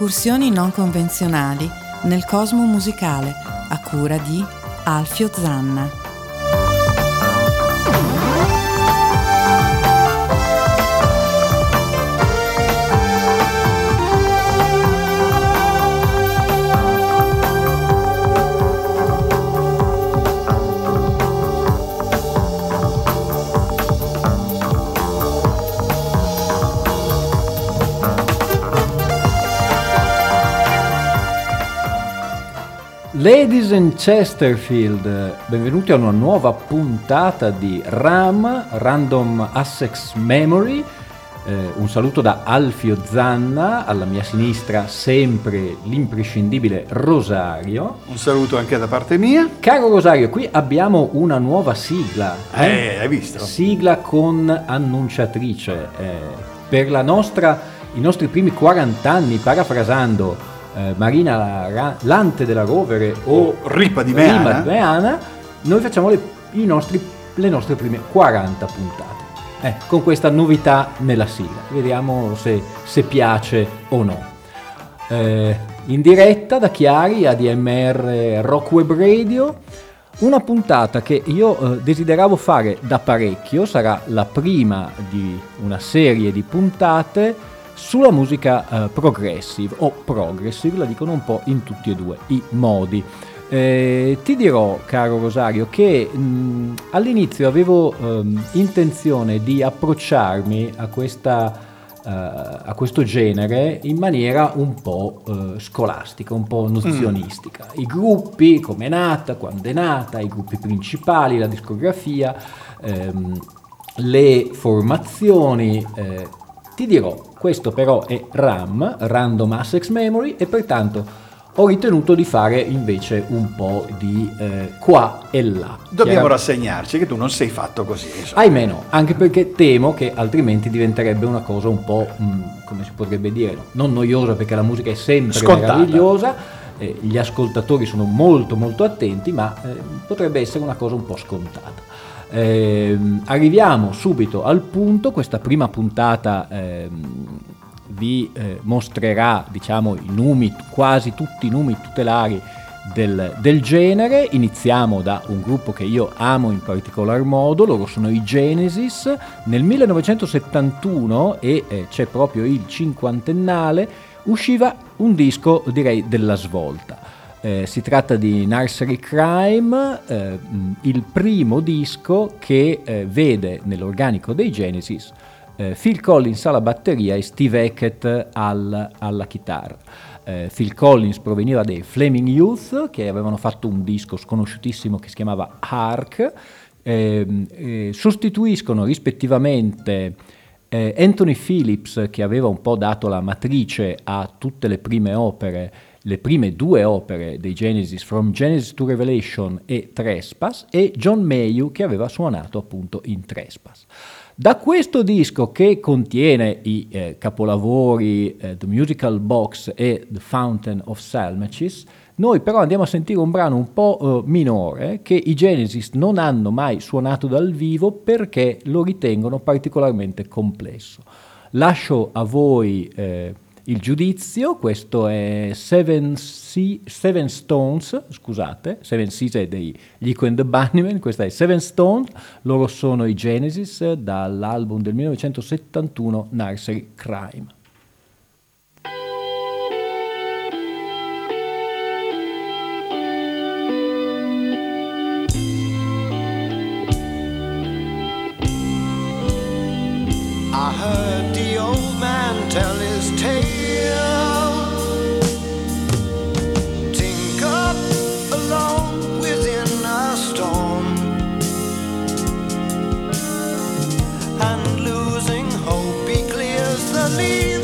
Incursioni non convenzionali nel cosmo musicale, a cura di Alfio Zanna. Ladies and Chesterfield, benvenuti a una nuova puntata di RAM, Random Access Memory. Un saluto da Alfio Zanna, alla mia sinistra sempre l'imprescindibile Rosario. Un saluto anche da parte mia. Caro Rosario, qui abbiamo una nuova sigla. Hai visto? Sigla con annunciatrice. Per i nostri primi 40 anni, parafrasando Marina Lante della Rovere o Ripa di Meana, noi facciamo le nostre prime 40 puntate con questa novità nella sigla. Vediamo se piace o no. In diretta da Chiari, ADMR Rock Web Radio, una puntata che io desideravo fare da parecchio. Sarà la prima di una serie di puntate sulla musica progressive o progressive, la dicono un po' in tutti e due i modi. Ti dirò, caro Rosario, che all'inizio avevo intenzione di approcciarmi a questo genere in maniera un po' scolastica, un po' nozionistica. I gruppi, come è nata, quando è nata, i gruppi principali, la discografia, le formazioni. Ti dirò, questo però è RAM, Random Access Memory, e pertanto ho ritenuto di fare invece un po' di qua e là. Dobbiamo rassegnarci che tu non sei fatto così. Ahimè no, anche perché temo che altrimenti diventerebbe una cosa un po', come si potrebbe dire, non noiosa, perché la musica è sempre scontata, meravigliosa, gli ascoltatori sono molto molto attenti, ma potrebbe essere una cosa un po' scontata. Arriviamo subito al punto. Questa prima puntata vi mostrerà, diciamo, quasi tutti i numi tutelari del genere. Iniziamo da un gruppo che io amo in particolar modo, loro sono i Genesis. Nel 1971, e c'è proprio il cinquantennale, usciva un disco, direi, della svolta. Si tratta di Nursery Crime, il primo disco che vede nell'organico dei Genesis Phil Collins alla batteria e Steve Hackett alla chitarra. Phil Collins proveniva dei Flaming Youth, che avevano fatto un disco sconosciutissimo che si chiamava Hark. Sostituiscono rispettivamente Anthony Phillips, che aveva un po' dato la matrice a tutte le prime due opere dei Genesis, From Genesis to Revelation e Trespass, e John Mayhew, che aveva suonato appunto in Trespass. Da questo disco, che contiene i capolavori The Musical Box e The Fountain of Salmacis, noi però andiamo a sentire un brano un po' minore che i Genesis non hanno mai suonato dal vivo perché lo ritengono particolarmente complesso. Lascio a voi il giudizio. Questo è Seven Stones, scusate, Seven Seas è degli Echo and the Bunnymen, questa è Seven Stones, loro sono i Genesis, dall'album del 1971 Nursery Crime. I heard the old man tell his tale. Think up alone within a storm, and losing hope he clears the leaves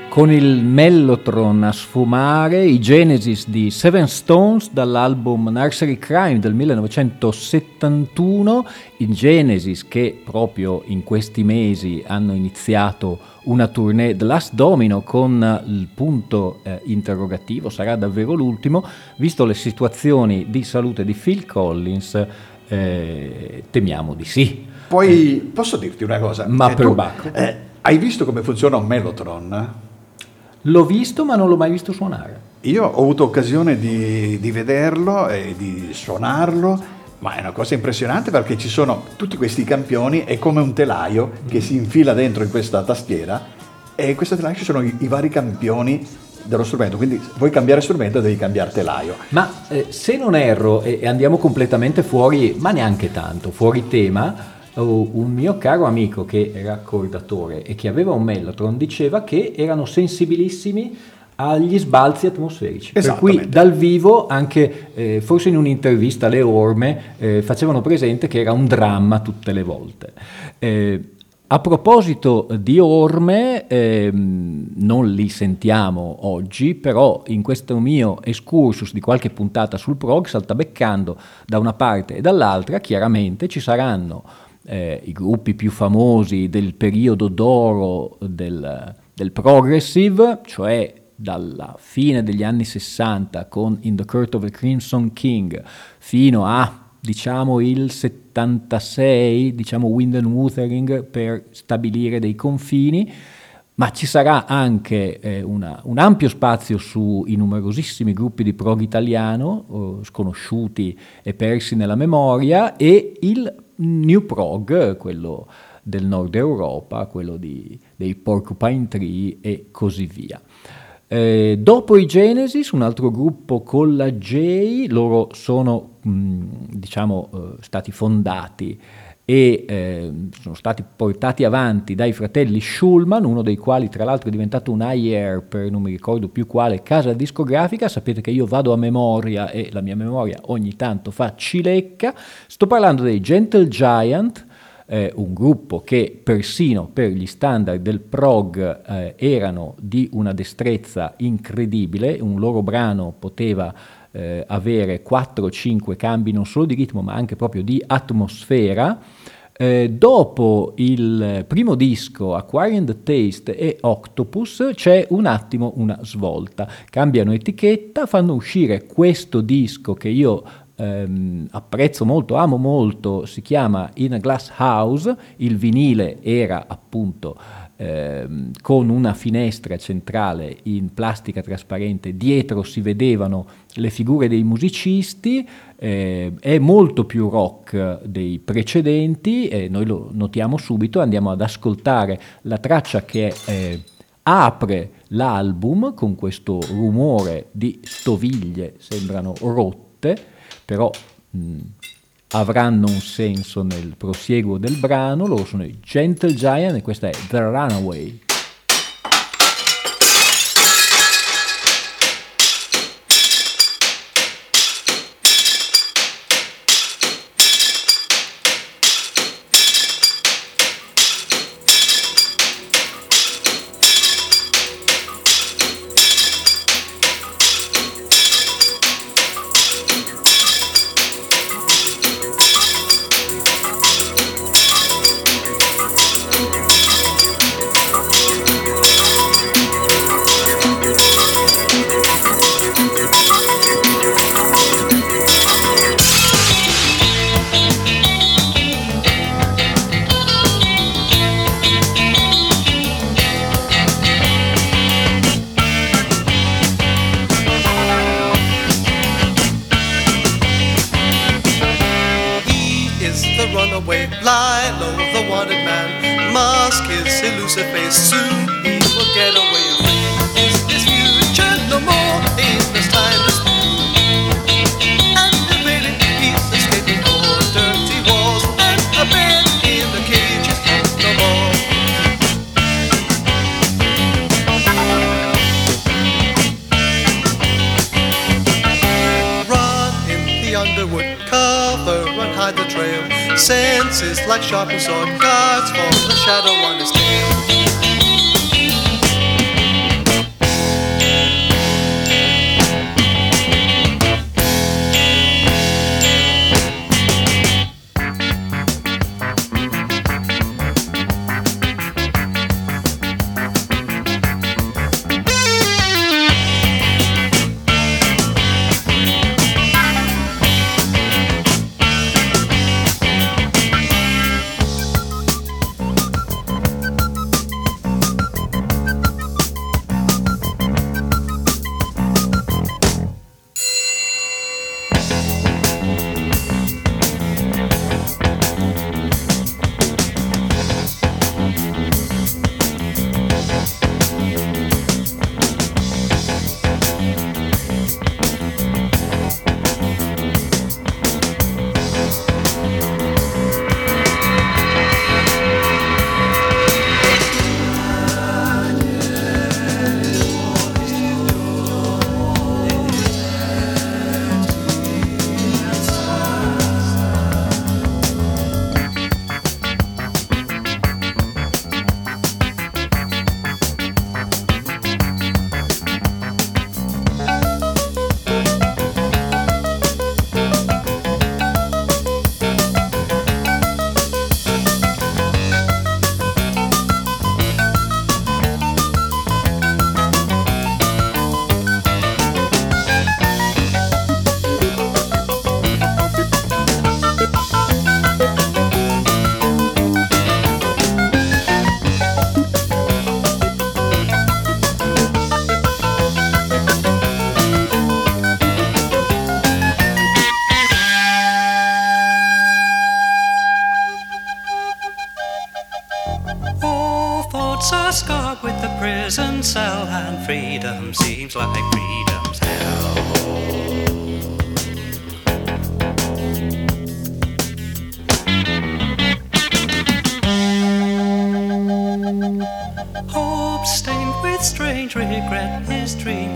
con il Mellotron a sfumare i Genesis di Seven Stones dall'album Nursery Crime del 1971, i Genesis che proprio in questi mesi hanno iniziato una tournée The Last Domino con il punto interrogativo, sarà davvero l'ultimo, visto le situazioni di salute di Phil Collins, temiamo di sì. Poi posso dirti una cosa? Ma per Bacco. Hai visto come funziona un Mellotron? L'ho visto ma non l'ho mai visto suonare. Io ho avuto occasione di vederlo e di suonarlo, ma è una cosa impressionante perché ci sono tutti questi campioni, è come un telaio che si infila dentro in questa tastiera e in questo telaio ci sono i vari campioni dello strumento, quindi vuoi cambiare strumento devi cambiare telaio. Ma se non erro e andiamo completamente fuori, ma neanche tanto, fuori tema, un mio caro amico che era accordatore e che aveva un Mellotron diceva che erano sensibilissimi agli sbalzi atmosferici, per cui dal vivo anche forse in un'intervista alle Orme facevano presente che era un dramma tutte le volte. A proposito di Orme, non li sentiamo oggi, però in questo mio excursus di qualche puntata sul prog, saltabeccando da una parte e dall'altra, chiaramente ci saranno i gruppi più famosi del periodo d'oro del progressive, cioè dalla fine degli anni 60 con In the Court of the Crimson King fino a diciamo il 76, diciamo Wind and Wuthering per stabilire dei confini, ma ci sarà anche un ampio spazio sui numerosissimi gruppi di prog italiano sconosciuti e persi nella memoria, e il New Prog, quello del nord Europa, quello dei Porcupine Tree e così via. Dopo i Genesis, un altro gruppo con la J, loro sono stati fondati e sono stati portati avanti dai fratelli Schulman, uno dei quali tra l'altro è diventato un IR per non mi ricordo più quale casa discografica. Sapete che io vado a memoria e la mia memoria ogni tanto fa cilecca. Sto parlando dei Gentle Giant, un gruppo che persino per gli standard del prog erano di una destrezza incredibile. Un loro brano poteva avere 4-5 cambi non solo di ritmo ma anche proprio di atmosfera. Dopo il primo disco Acquiring the Taste e Octopus c'è un attimo una svolta, cambiano etichetta, fanno uscire questo disco che io apprezzo molto, amo molto, si chiama In a Glass House. Il vinile era appunto con una finestra centrale in plastica trasparente, dietro si vedevano le figure dei musicisti, è molto più rock dei precedenti, noi lo notiamo subito. Andiamo ad ascoltare la traccia che apre l'album con questo rumore di stoviglie, sembrano rotte, però avranno un senso nel prosieguo del brano. Loro sono i Gentle Giant e questa è The Runaway. Senses like sharpened sword guards for the shadow on his tail.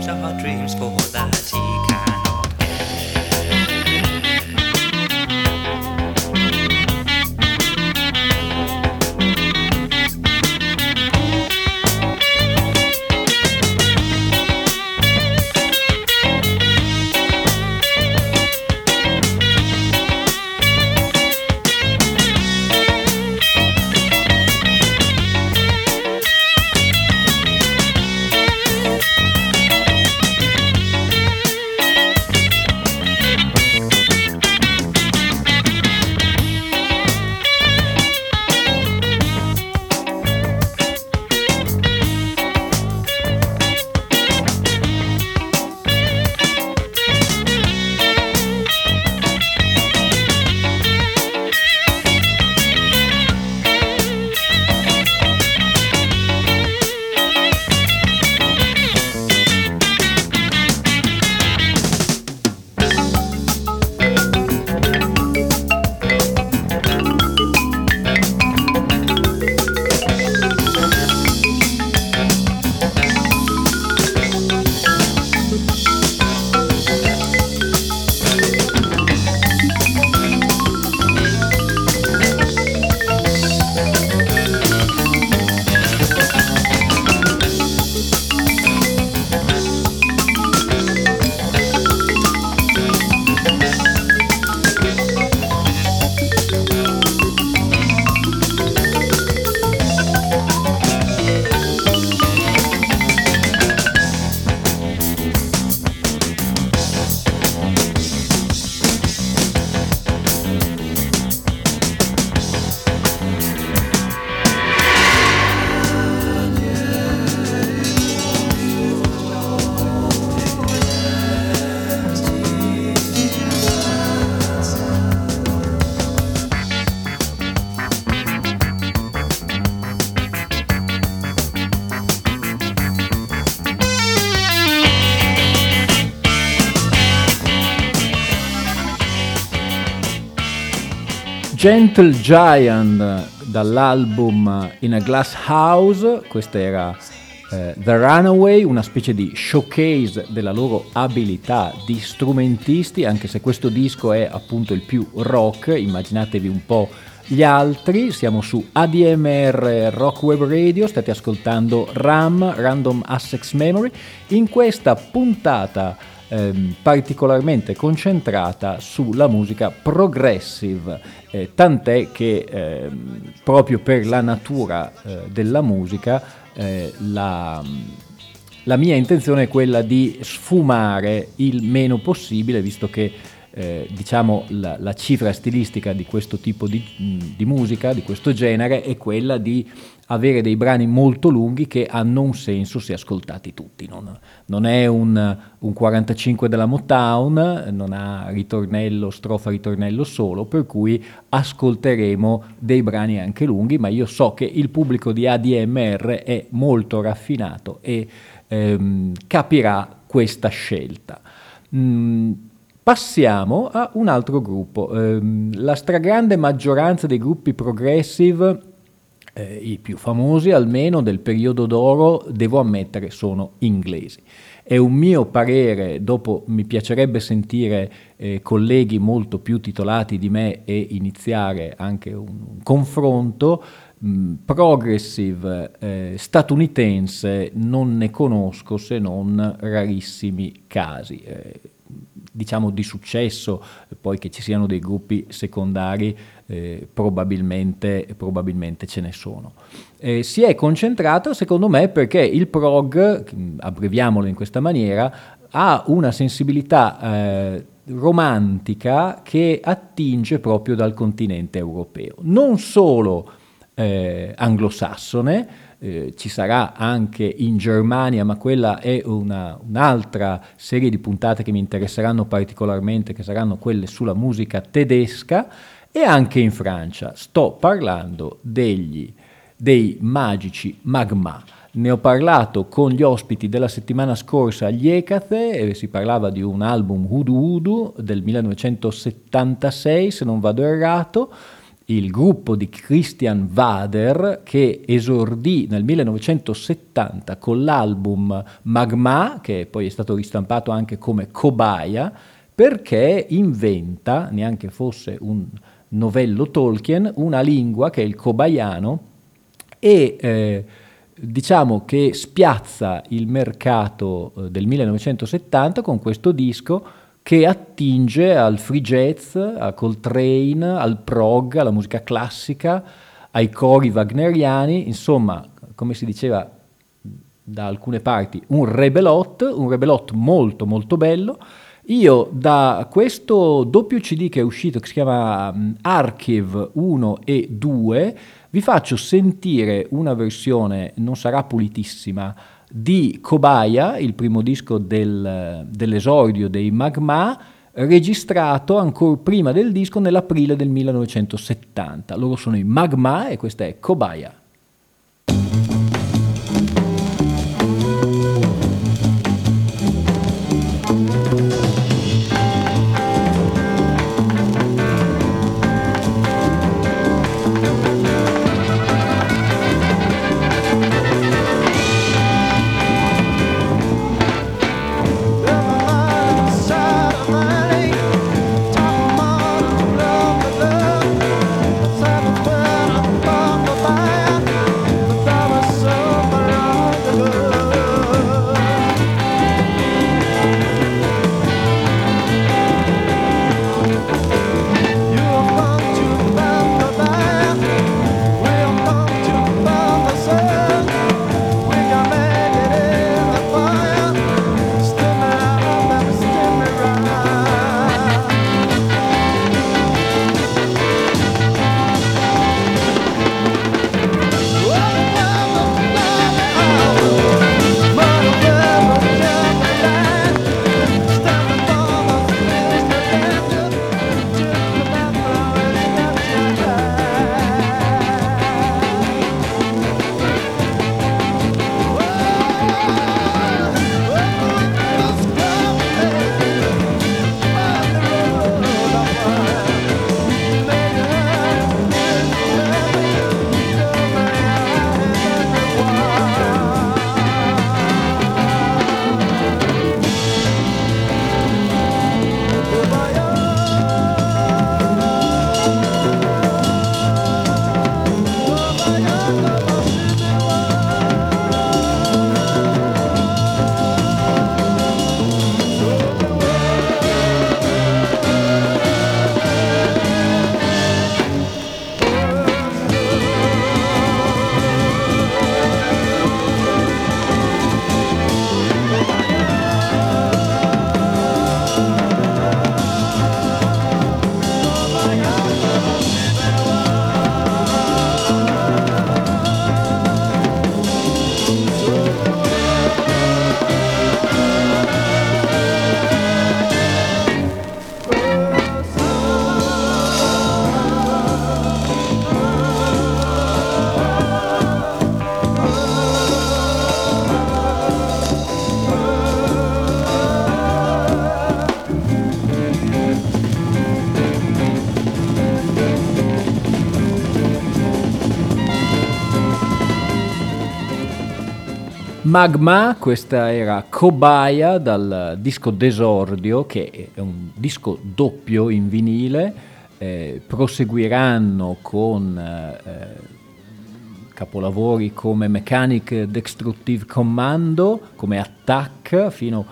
dreams are dreams for that he cannot get. Gentle Giant dall'album In a Glass House, questa era The Runaway, una specie di showcase della loro abilità di strumentisti, anche se questo disco è appunto il più rock, immaginatevi un po' gli altri. Siamo su ADMR Rock Web Radio, state ascoltando RAM, Random Access Memory, in questa puntata particolarmente concentrata sulla musica progressive, tant'è che proprio per la natura della musica la mia intenzione è quella di sfumare il meno possibile, visto che diciamo la cifra stilistica di questo tipo di musica, di questo genere, è quella di avere dei brani molto lunghi che hanno un senso se ascoltati tutti. Non è un 45 della Motown, non ha ritornello, strofa, ritornello solo, per cui ascolteremo dei brani anche lunghi, ma io so che il pubblico di ADMR è molto raffinato e capirà questa scelta. Passiamo a un altro gruppo. La stragrande maggioranza dei gruppi progressive, i più famosi almeno del periodo d'oro, devo ammettere, sono inglesi. È un mio parere, dopo mi piacerebbe sentire colleghi molto più titolati di me e iniziare anche un confronto. Progressive statunitense non ne conosco se non rarissimi casi. Diciamo di successo, poi che ci siano dei gruppi secondari probabilmente ce ne sono. Si è concentrato secondo me perché il prog, abbreviamolo in questa maniera, ha una sensibilità romantica che attinge proprio dal continente europeo, non solo anglosassone. Ci sarà anche in Germania, ma quella è un'altra serie di puntate che mi interesseranno particolarmente, che saranno quelle sulla musica tedesca, e anche in Francia. Sto parlando dei magici Magma. Ne ho parlato con gli ospiti della settimana scorsa agli Ecate, si parlava di un album Hoodoo Hoodoo del 1976, se non vado errato, il gruppo di Christian Vader, che esordì nel 1970 con l'album Magma, che poi è stato ristampato anche come Cobaia, perché inventa, neanche fosse un novello Tolkien, una lingua che è il cobaiano e diciamo che spiazza il mercato del 1970 con questo disco che attinge al free jazz, a Coltrane, al prog, alla musica classica, ai cori wagneriani, insomma, come si diceva da alcune parti, un rebelot molto molto bello. Io da questo doppio CD che è uscito, che si chiama Archive 1 e 2, vi faccio sentire una versione, non sarà pulitissima, di Cobaia, il primo disco dell'esordio dei Magma, registrato ancora prima del disco nell'aprile del 1970. Loro sono i Magma e questa è Cobaia. Magma, questa era Cobaia dal disco d'esordio, che è un disco doppio in vinile. Proseguiranno con capolavori come Mechanic Destructive Commando, come Attack fino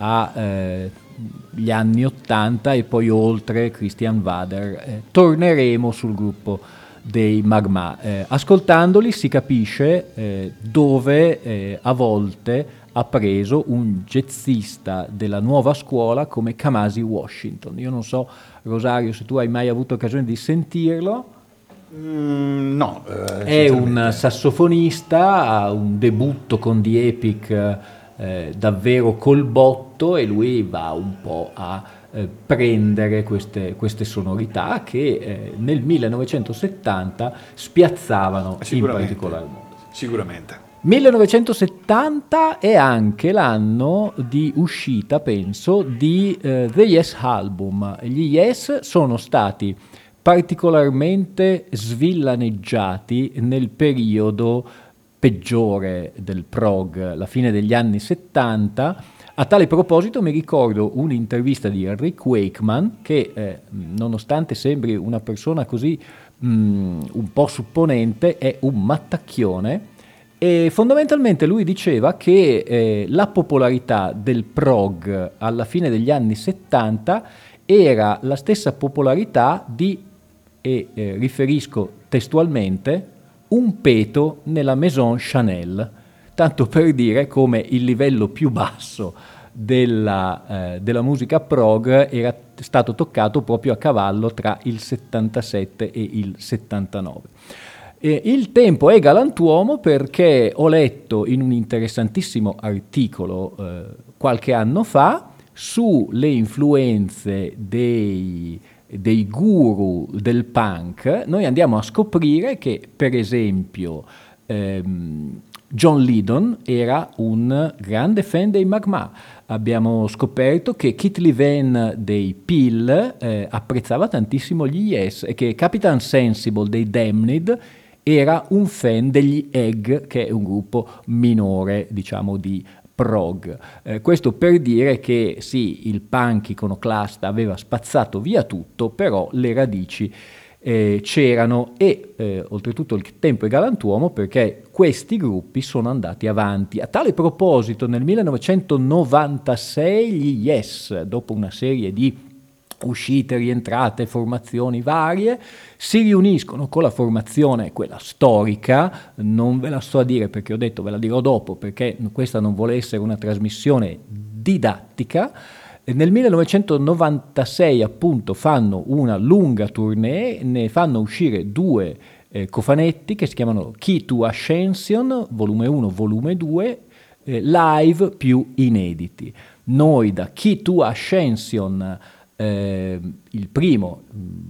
agli anni 80 e poi oltre Christian Vader. Torneremo sul gruppo dei Magma. Ascoltandoli si capisce dove a volte ha preso un jazzista della nuova scuola come Kamasi Washington. Io non so, Rosario, se tu hai mai avuto occasione di sentirlo. No. È un sassofonista, ha un debutto con The Epic davvero col botto, e lui va un po' a prendere queste sonorità che nel 1970 spiazzavano in particolar modo. Sicuramente. 1970 è anche l'anno di uscita, penso, di The Yes Album. Gli Yes sono stati particolarmente svillaneggiati nel periodo peggiore del prog, la fine degli anni 70. A tale proposito mi ricordo un'intervista di Rick Wakeman che, nonostante sembri una persona così un po' supponente, è un mattacchione, e fondamentalmente lui diceva che la popolarità del prog alla fine degli anni 70 era la stessa popolarità di, riferisco testualmente, un peto nella Maison Chanel, tanto per dire come il livello più basso della musica prog era stato toccato proprio a cavallo tra il 77 e il 79. Il tempo è galantuomo, perché ho letto in un interessantissimo articolo qualche anno fa sulle influenze dei guru del punk. Noi andiamo a scoprire che, per esempio, John Lydon era un grande fan dei Magma. Abbiamo scoperto che Keith Levene dei Peel apprezzava tantissimo gli Yes, e che Captain Sensible dei Damned era un fan degli Egg, che è un gruppo minore, diciamo, di prog. Questo per dire che sì, il punk iconoclasta aveva spazzato via tutto, però le radici c'erano, e oltretutto il tempo è galantuomo, perché questi gruppi sono andati avanti. A tale proposito, nel 1996 gli Yes, dopo una serie di uscite, rientrate, formazioni varie, si riuniscono con la formazione, quella storica, non ve la sto a dire perché ho detto ve la dirò dopo, perché questa non vuole essere una trasmissione didattica. Nel 1996 appunto fanno una lunga tournée, ne fanno uscire 2 cofanetti che si chiamano Key to Ascension, volume 1, volume 2, live più inediti. Noi da Key to Ascension, il primo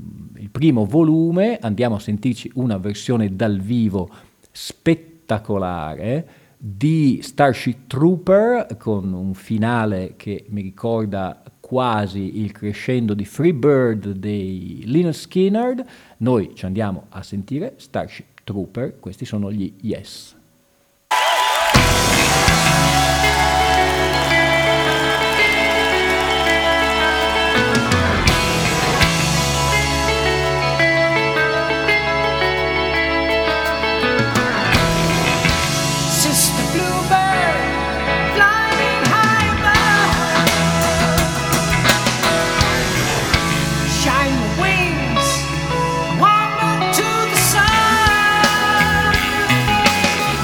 volume, andiamo a sentirci una versione dal vivo spettacolare di Starship Trooper, con un finale che mi ricorda quasi il crescendo di Free Bird dei Lynyrd Skynyrd. Noi ci andiamo a sentire Starship Trooper, questi sono gli Yes. Shine your wings, warm up to the sun.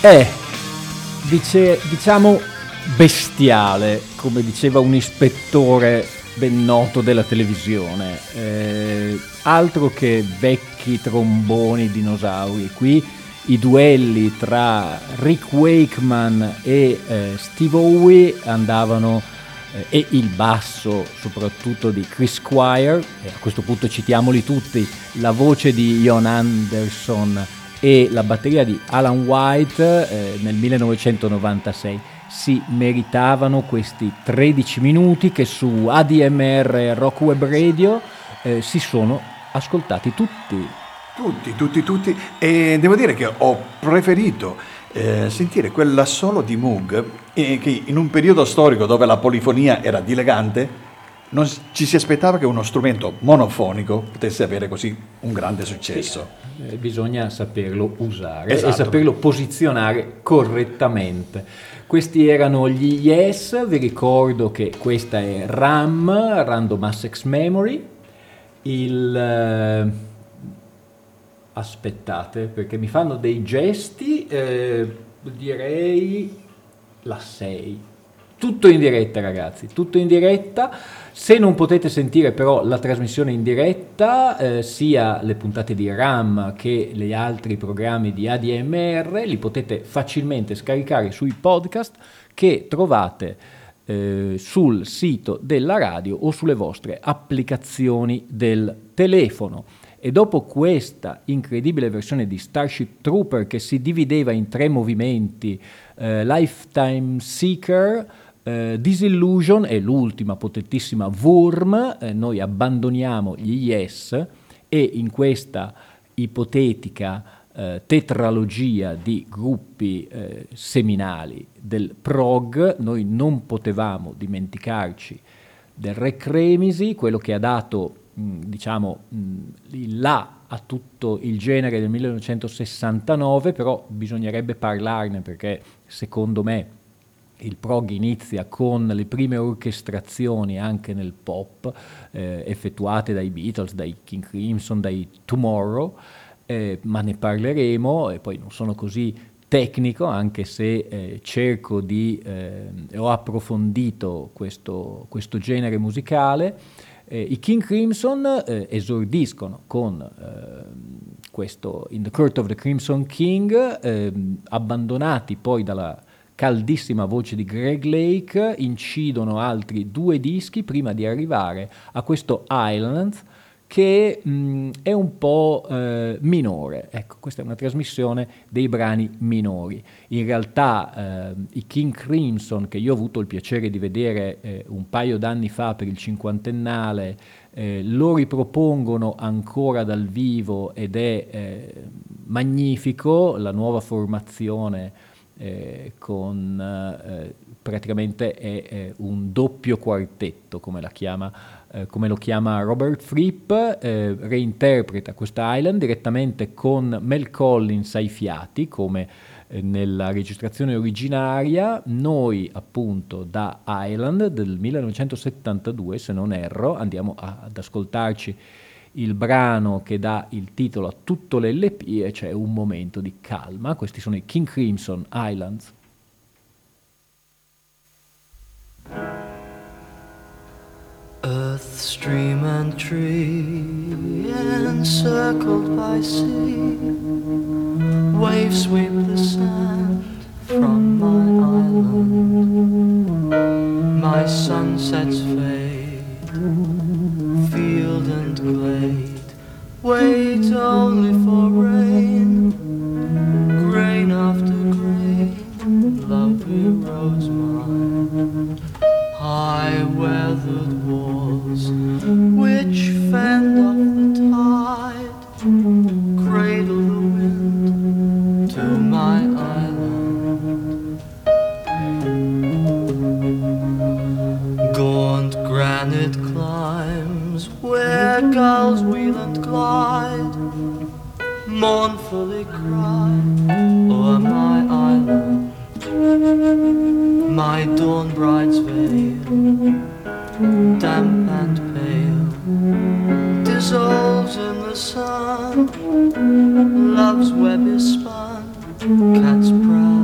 diciamo bestiale, come diceva un ispettore ben noto della televisione, altro che vecchi tromboni dinosauri. Qui i duelli tra Rick Wakeman e Steve Howe andavano, e il basso soprattutto di Chris Squire, e a questo punto citiamoli tutti, la voce di Jon Anderson e la batteria di Alan White nel 1996. Si meritavano questi 13 minuti che su ADMR Rock Web Radio si sono ascoltati tutti. Tutti. E devo dire che ho preferito sentire quell'assolo di Moog, che in un periodo storico dove la polifonia era dilegante, non ci si aspettava che uno strumento monofonico potesse avere così un grande successo. Bisogna saperlo usare, esatto, e saperlo posizionare correttamente. Questi erano gli Yes. Vi ricordo che questa è RAM, Random Access Memory. Aspettate, perché mi fanno dei gesti, direi la 6. Tutto in diretta, ragazzi, tutto in diretta. Se non potete sentire però la trasmissione in diretta, sia le puntate di RAM che gli altri programmi di ADMR, li potete facilmente scaricare sui podcast che trovate sul sito della radio o sulle vostre applicazioni del telefono. E dopo questa incredibile versione di Starship Trooper che si divideva in 3 movimenti, Lifetime Seeker, Disillusion e l'ultima potentissima Worm, noi abbandoniamo gli Yes e in questa ipotetica tetralogia di gruppi seminali del prog noi non potevamo dimenticarci del Re Cremisi, quello che ha dato il là a tutto il genere del 1969, però bisognerebbe parlarne perché secondo me il prog inizia con le prime orchestrazioni anche nel pop effettuate dai Beatles, dai King Crimson, dai Tomorrow, ma ne parleremo, e poi non sono così tecnico, anche se cerco di ho approfondito questo genere musicale. I King Crimson esordiscono con questo In the Court of the Crimson King, abbandonati poi dalla caldissima voce di Greg Lake, incidono altri 2 dischi prima di arrivare a questo Islands che è un po' minore. Ecco, questa è una trasmissione dei brani minori. In realtà i King Crimson, che io ho avuto il piacere di vedere un paio d'anni fa per il 50ennale, lo ripropongono ancora dal vivo ed è magnifico. La nuova formazione praticamente è un doppio quartetto, come lo chiama Robert Fripp, reinterpreta questa Island direttamente con Mel Collins ai fiati, come nella registrazione originaria. Noi appunto da Island del 1972, se non erro, andiamo ad ascoltarci il brano che dà il titolo a tutto l'LP e c'è un momento di calma. Questi sono i King Crimson Islands. Earth, stream and tree, encircled by sea, waves sweep the sand from my island. My sunsets fade, field and glade, wait only for rain, grain after grain, lovely roads mine. High weathered walls which fend off the tide, cradle the wind to my island. Gaunt granite climbs where gulls wheel and glide, mournfully cry o'er my island. My dawn bride's veil, damp and pale, dissolves in the sun. Love's web is spun, cat's proud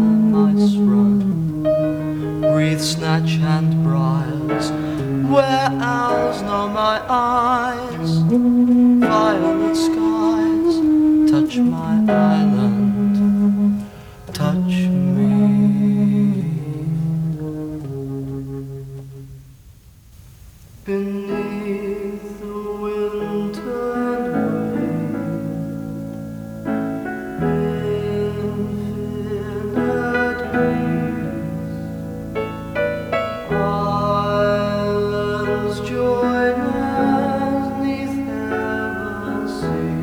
beneath snatch and briars, where owls know my eyes. Violet skies touch my island, touch me. Beneath the winter rain, infinite peace, islands join us 'neath heaven's sea.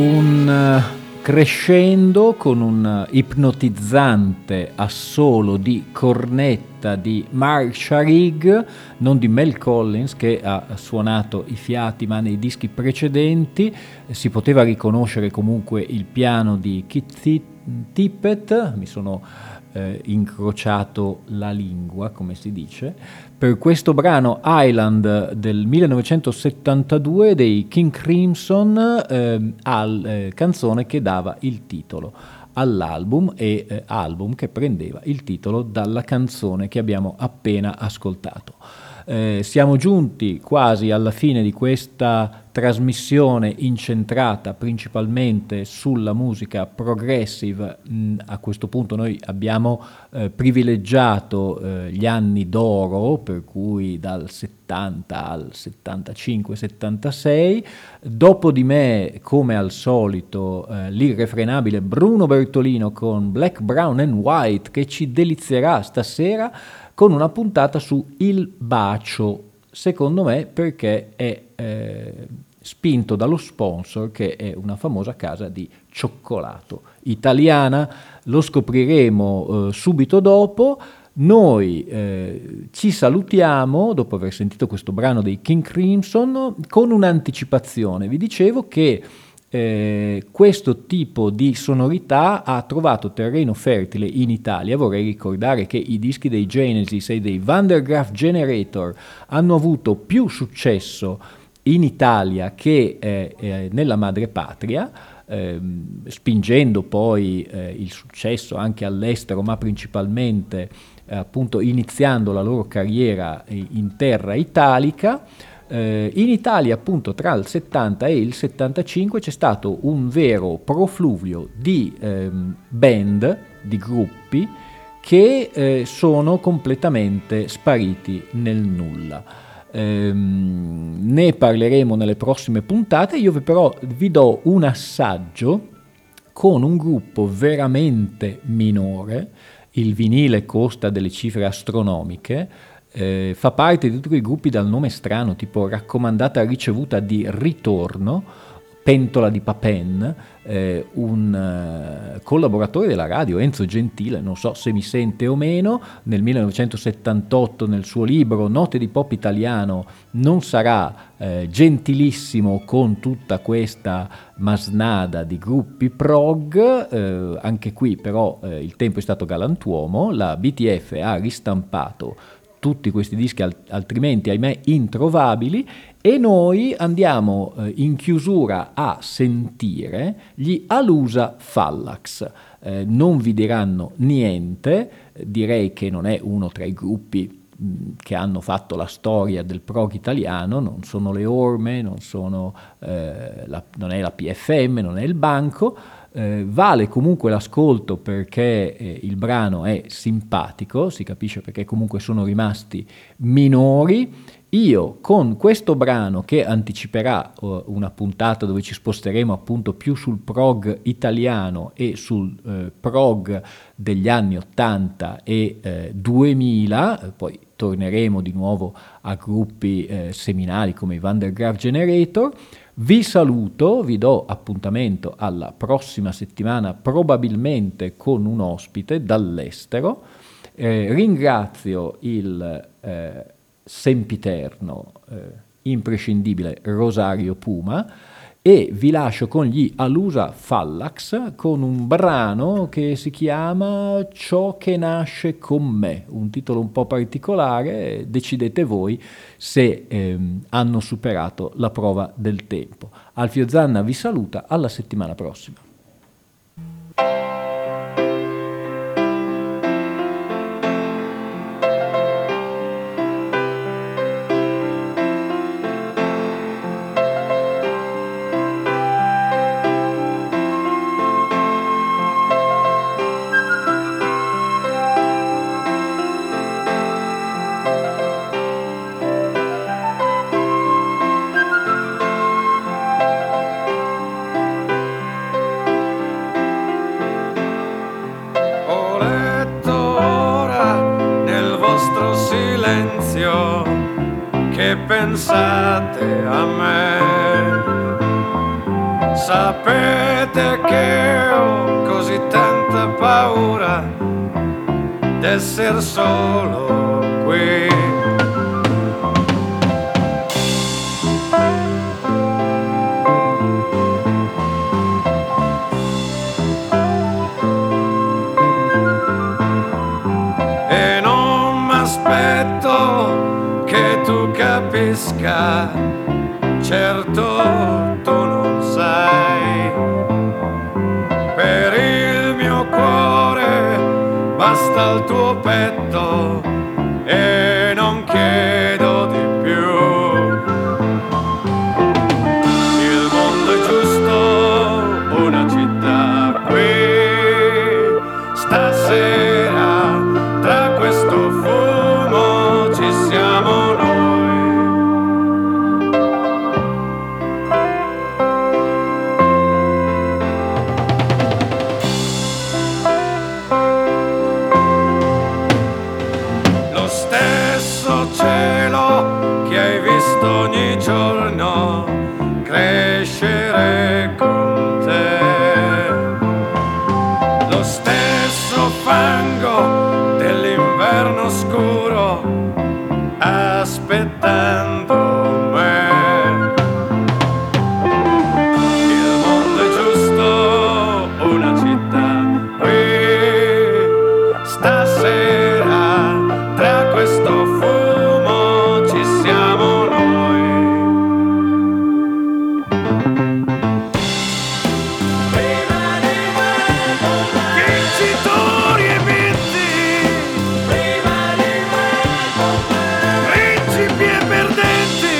un crescendo con un ipnotizzante assolo di cornetta di Mark Sharig, non di Mel Collins che ha suonato i fiati ma nei dischi precedenti. Si poteva riconoscere comunque il piano di Keith Tippett, mi sono incrociato la lingua, come si dice, per questo brano Island del 1972 dei King Crimson, canzone che dava il titolo all'album e album che prendeva il titolo dalla canzone che abbiamo appena ascoltato. Siamo giunti quasi alla fine di questa trasmissione incentrata principalmente sulla musica progressive. A questo punto noi abbiamo privilegiato gli anni d'oro, per cui dal 70 al 75-76. Dopo di me, come al solito, l'irrefrenabile Bruno Bertolino con Black, Brown and White, che ci delizierà stasera con una puntata su Il Bacio, secondo me perché è spinto dallo sponsor, che è una famosa casa di cioccolato italiana. Lo scopriremo subito dopo. Noi ci salutiamo dopo aver sentito questo brano dei King Crimson con un'anticipazione. Vi dicevo che questo tipo di sonorità ha trovato terreno fertile in Italia. Vorrei ricordare che i dischi dei Genesis e dei Van der Graaf Generator hanno avuto più successo in Italia che nella madrepatria, spingendo poi il successo anche all'estero, ma principalmente appunto iniziando la loro carriera in terra italica. In Italia appunto tra il 70 e il 75 c'è stato un vero profluvio di band, di gruppi che sono completamente spariti nel nulla. Ne parleremo nelle prossime puntate. Io però vi do un assaggio con un gruppo veramente minore. Il vinile costa delle cifre astronomiche. Fa parte di tutti quei gruppi dal nome strano, tipo raccomandata ricevuta di ritorno, pentola di Papen, un collaboratore della radio, Enzo Gentile, non so se mi sente o meno, nel 1978 nel suo libro Note di pop italiano non sarà gentilissimo con tutta questa masnada di gruppi prog. Anche qui però il tempo è stato galantuomo, la BTF ha ristampato tutti questi dischi altrimenti ahimè introvabili, e noi andiamo in chiusura a sentire gli Alusa Fallax. Non vi diranno niente, direi che non è uno tra i gruppi che hanno fatto la storia del prog italiano, non sono le Orme, non è la PFM, non è il Banco. Vale comunque l'ascolto perché il brano è simpatico, si capisce perché comunque sono rimasti minori. Io con questo brano, che anticiperà una puntata dove ci sposteremo appunto più sul prog italiano e sul prog degli anni 80 e 2000, poi torneremo di nuovo a gruppi seminali come i Van der Graaf Generator. Vi saluto, vi do appuntamento alla prossima settimana, probabilmente con un ospite dall'estero. Ringrazio il sempiterno, imprescindibile Rosario Puma, e vi lascio con gli Alusa Fallax con un brano che si chiama Ciò che nasce con me, un titolo un po' particolare, decidete voi se hanno superato la prova del tempo. Alfio Zanna vi saluta, alla settimana prossima. Pensate a me, Sapete che ho così tanta paura d'essere solo qui. E non m'aspetto che tu capisca, certo tu non sai. Per il mio cuore basta il tuo petto e non chiedo di più. Il mondo è giusto una città qui. Stasera tra questo fumo ci siamo noi. Lo stesso cielo che hai visto ogni giorno crescere con te. Lo stesso fango dell'inverno scuro aspettando me. Il mondo è giusto una città qui. Stasera tra questo fumo ci siamo noi. Vincitori e vinti, principi e perdenti.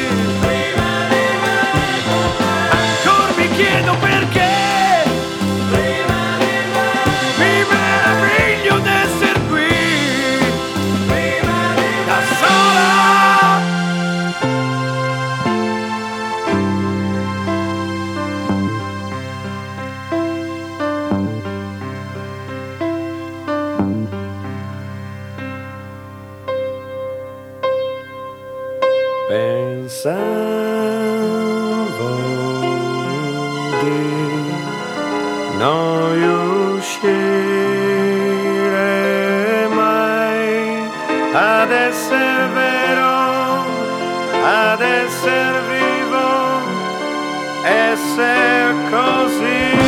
Ancora mi chiedo perché mi meraviglio d'essere qui da sola. Pensavo di non riuscire mai ad essere vero, ad essere vivo, essere così